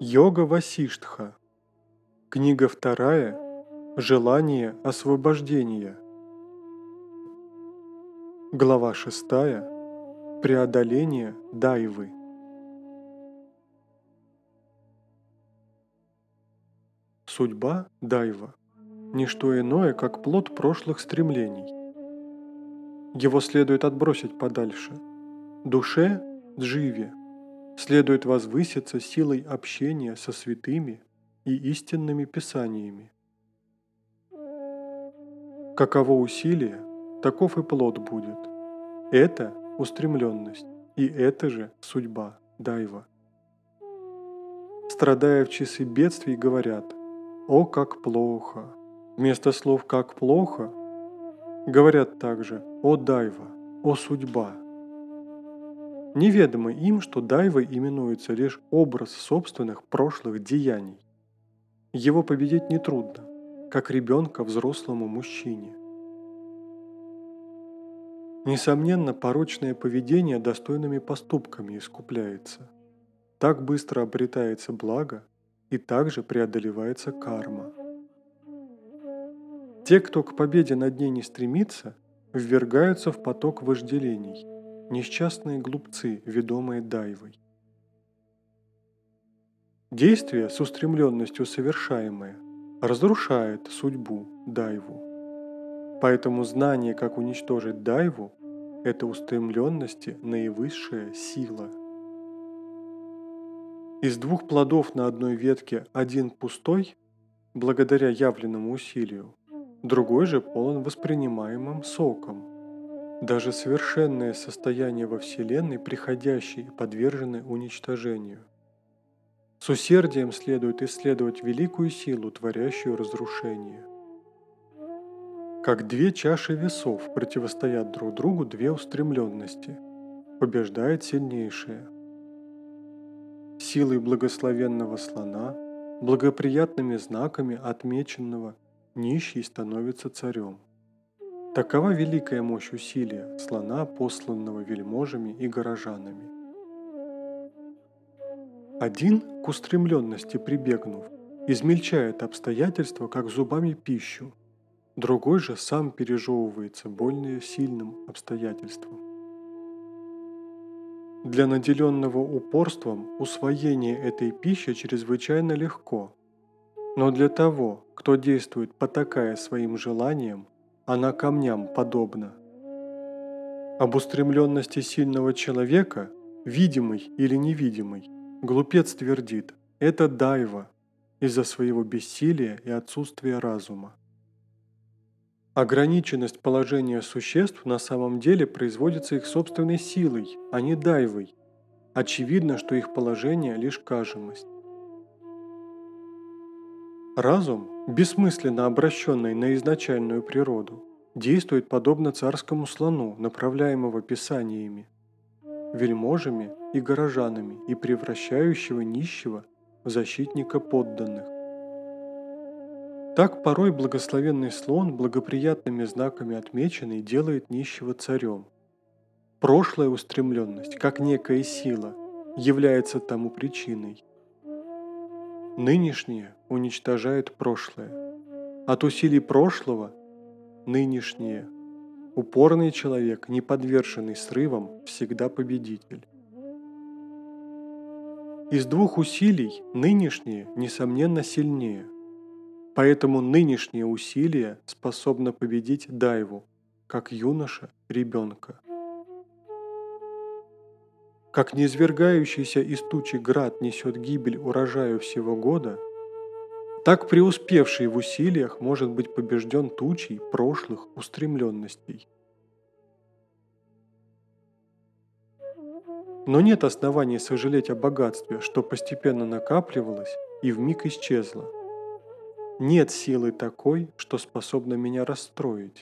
Йога Васиштха. Книга 2. Желание освобождения. Глава 6. Преодоление дайвы. Судьба дайва – не что иное, как плод прошлых стремлений. Его следует отбросить подальше. Душе – дживе – следует возвыситься силой общения со святыми и истинными писаниями. Каково усилие, таков и плод будет. Это устремленность, и это же судьба дайва. Страдая в часы бедствий, говорят: «О, как плохо!» Вместо слов «как плохо» говорят также «О дайва», «О судьба». Неведомо им, что дайвой именуется лишь образ собственных прошлых деяний. Его победить нетрудно, как ребенка взрослому мужчине. Несомненно, порочное поведение достойными поступками искупляется. Так быстро обретается благо, и также преодолевается карма. Те, кто к победе над ней не стремится, ввергаются в поток вожделений, несчастные глупцы, ведомые дайвой. Действие с устремленностью совершаемое разрушает судьбу дайву. Поэтому знание, как уничтожить дайву, это устремленности наивысшая сила. Из двух плодов на одной ветке один пустой, благодаря явленному усилию, другой же полон воспринимаемым соком. Даже совершенные состояния во Вселенной приходящие и подвержены уничтожению. С усердием следует исследовать великую силу, творящую разрушение. Как две чаши весов противостоят друг другу две устремленности, побеждает сильнейшая. Силой благословенного слона, благоприятными знаками отмеченного, нищий становится царем. Такова великая мощь усилия слона, посланного вельможами и горожанами. Один, к устремленности прибегнув, измельчает обстоятельства, как зубами пищу, другой же сам пережевывается больно сильным обстоятельством. Для наделенного упорством усвоение этой пищи чрезвычайно легко, но для того, кто действует потакая своим желаниям, она камням подобна. Об устремленности сильного человека, видимой или невидимой, глупец твердит: это дайва, из-за своего бессилия и отсутствия разума. Ограниченность положения существ на самом деле производится их собственной силой, а не дайвой. Очевидно, что их положение лишь кажемость. Разум, бессмысленно обращенный на изначальную природу, действует подобно царскому слону, направляемого писаниями, вельможами и горожанами и превращающего нищего в защитника подданных. Так порой благословенный слон, благоприятными знаками отмеченный, делает нищего царем. Прошлая устремленность, как некая сила, является тому причиной. Нынешнее уничтожает прошлое. От усилий прошлого – нынешнее. Упорный человек, не подверженный срывам, всегда победитель. Из двух усилий нынешнее, несомненно, сильнее. Поэтому нынешнее усилие способно победить дайву, как юноша ребенка. Как низвергающийся из тучи град несет гибель урожаю всего года, так преуспевший в усилиях может быть побежден тучей прошлых устремленностей. Но нет оснований сожалеть о богатстве, что постепенно накапливалось и вмиг исчезло. Нет силы такой, что способна меня расстроить.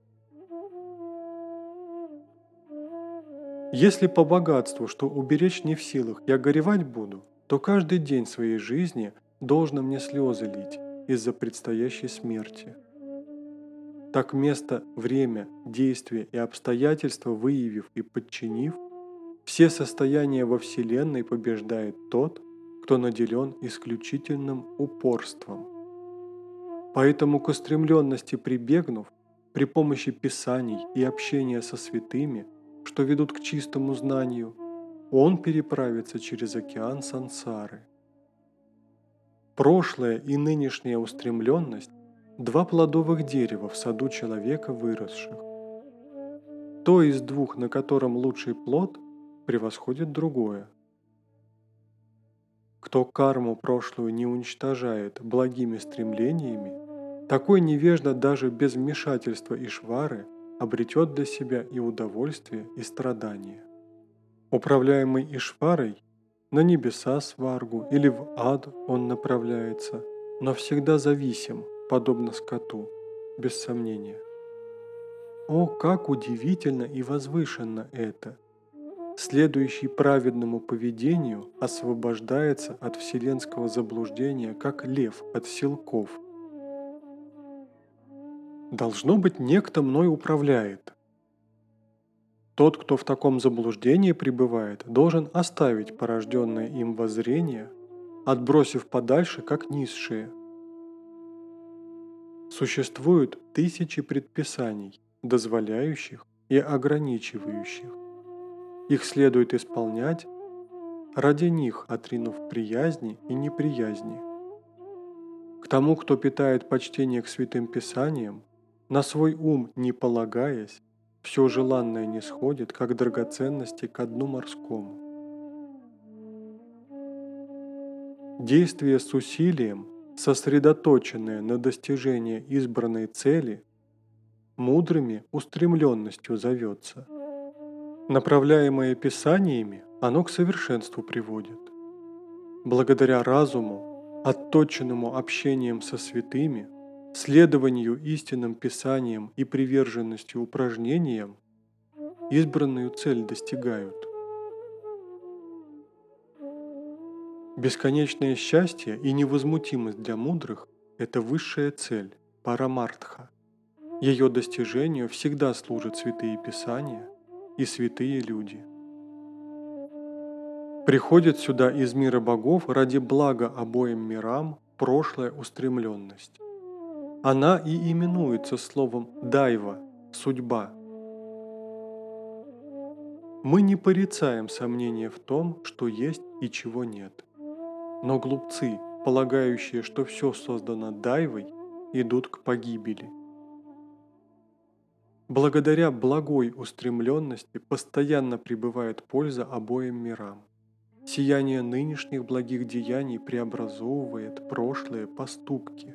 Если по богатству, что уберечь не в силах, я горевать буду, то каждый день своей жизни должно мне слезы лить из-за предстоящей смерти. Так место, время, действие и обстоятельства выявив и подчинив, все состояния во Вселенной побеждает тот, кто наделен исключительным упорством. Поэтому к устремленности прибегнув, при помощи писаний и общения со святыми, что ведут к чистому знанию, он переправится через океан сансары. Прошлая и нынешняя устремленность – два плодовых дерева в саду человека выросших. То из двух, на котором лучший плод, превосходит другое. Кто карму прошлую не уничтожает благими стремлениями, такой невежда даже без вмешательства Ишвары обретет для себя и удовольствие, и страдания. Управляемый Ишварой, на небеса сваргу или в ад он направляется, но всегда зависим, подобно скоту, без сомнения. О, как удивительно и возвышенно это! Следующий праведному поведению освобождается от вселенского заблуждения, как лев от силков. Должно быть, некто мной управляет. Тот, кто в таком заблуждении пребывает, должен оставить порожденное им воззрение, отбросив подальше, как низшее. Существуют тысячи предписаний, дозволяющих и ограничивающих. Их следует исполнять, ради них отринув приязни и неприязни. К тому, кто питает почтение к святым писаниям, на свой ум не полагаясь, все желанное не сходит, как драгоценности ко дну морскому. Действие с усилием, сосредоточенное на достижении избранной цели, мудрыми устремленностью зовется. Направляемое писаниями, оно к совершенству приводит. Благодаря разуму, отточенному общением со святыми, следованию истинным писаниям и приверженностью упражнениям, избранную цель достигают. Бесконечное счастье и невозмутимость для мудрых – это высшая цель, парамартха. Ее достижению всегда служат святые писания и святые люди. Приходит сюда из мира богов ради блага обоим мирам прошлая устремленность. Она и именуется словом «дайва» – «судьба». Мы не порицаем сомнения в том, что есть и чего нет. Но глупцы, полагающие, что все создано дайвой, идут к погибели. Благодаря благой устремленности постоянно пребывает польза обоим мирам. Сияние нынешних благих деяний преобразовывает прошлые поступки.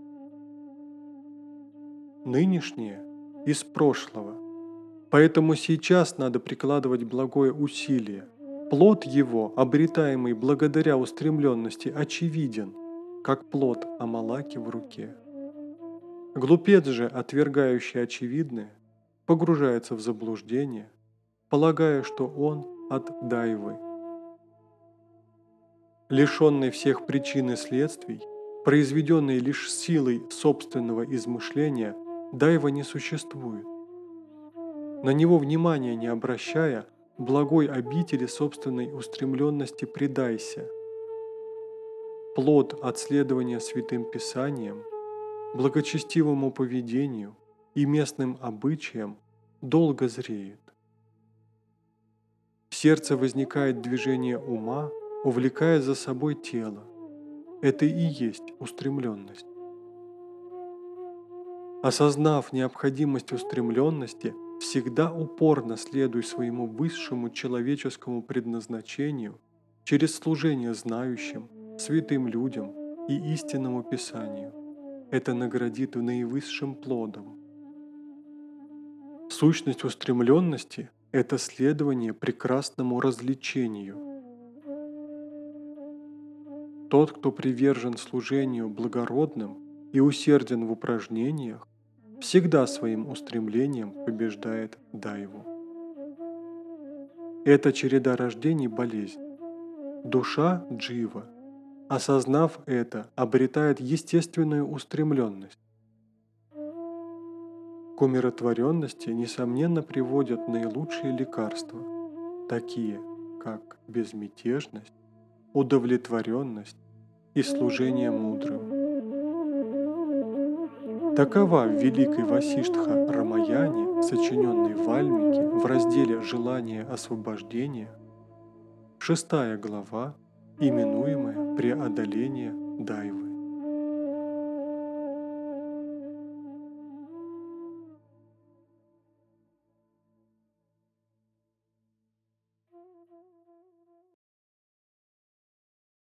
Нынешнее из прошлого. Поэтому сейчас надо прикладывать благое усилие. Плод его, обретаемый благодаря устремленности, очевиден, как плод Амалаки в руке. Глупец же, отвергающий очевидное, погружается в заблуждение, полагая, что он от дайвы. Лишенный всех причин и следствий, произведенный лишь силой собственного измышления, дайва не существует. На него внимания не обращая, благой обители собственной устремленности предайся. Плод от следования святым писаниям, благочестивому поведению и местным обычаям долго зреет. В сердце возникает движение ума, увлекая за собой тело. Это и есть устремленность. Осознав необходимость устремленности, всегда упорно следуй своему высшему человеческому предназначению через служение знающим, святым людям и истинному Писанию. Это наградит наивысшим плодом. Сущность устремленности – это следование прекрасному развлечению. Тот, кто привержен служению благородным и усерден в упражнениях, всегда своим устремлением побеждает дайву. Это череда рождений – болезнь. Душа – джива, осознав это, обретает естественную устремленность. К умиротворенности, несомненно, приводят наилучшие лекарства, такие как безмятежность, удовлетворенность и служение мудрым. Такова в Великой Васиштха Рамаяне, сочиненной Вальмики в разделе «Желание освобождения», 6 глава, именуемая «Преодоление Дайвы».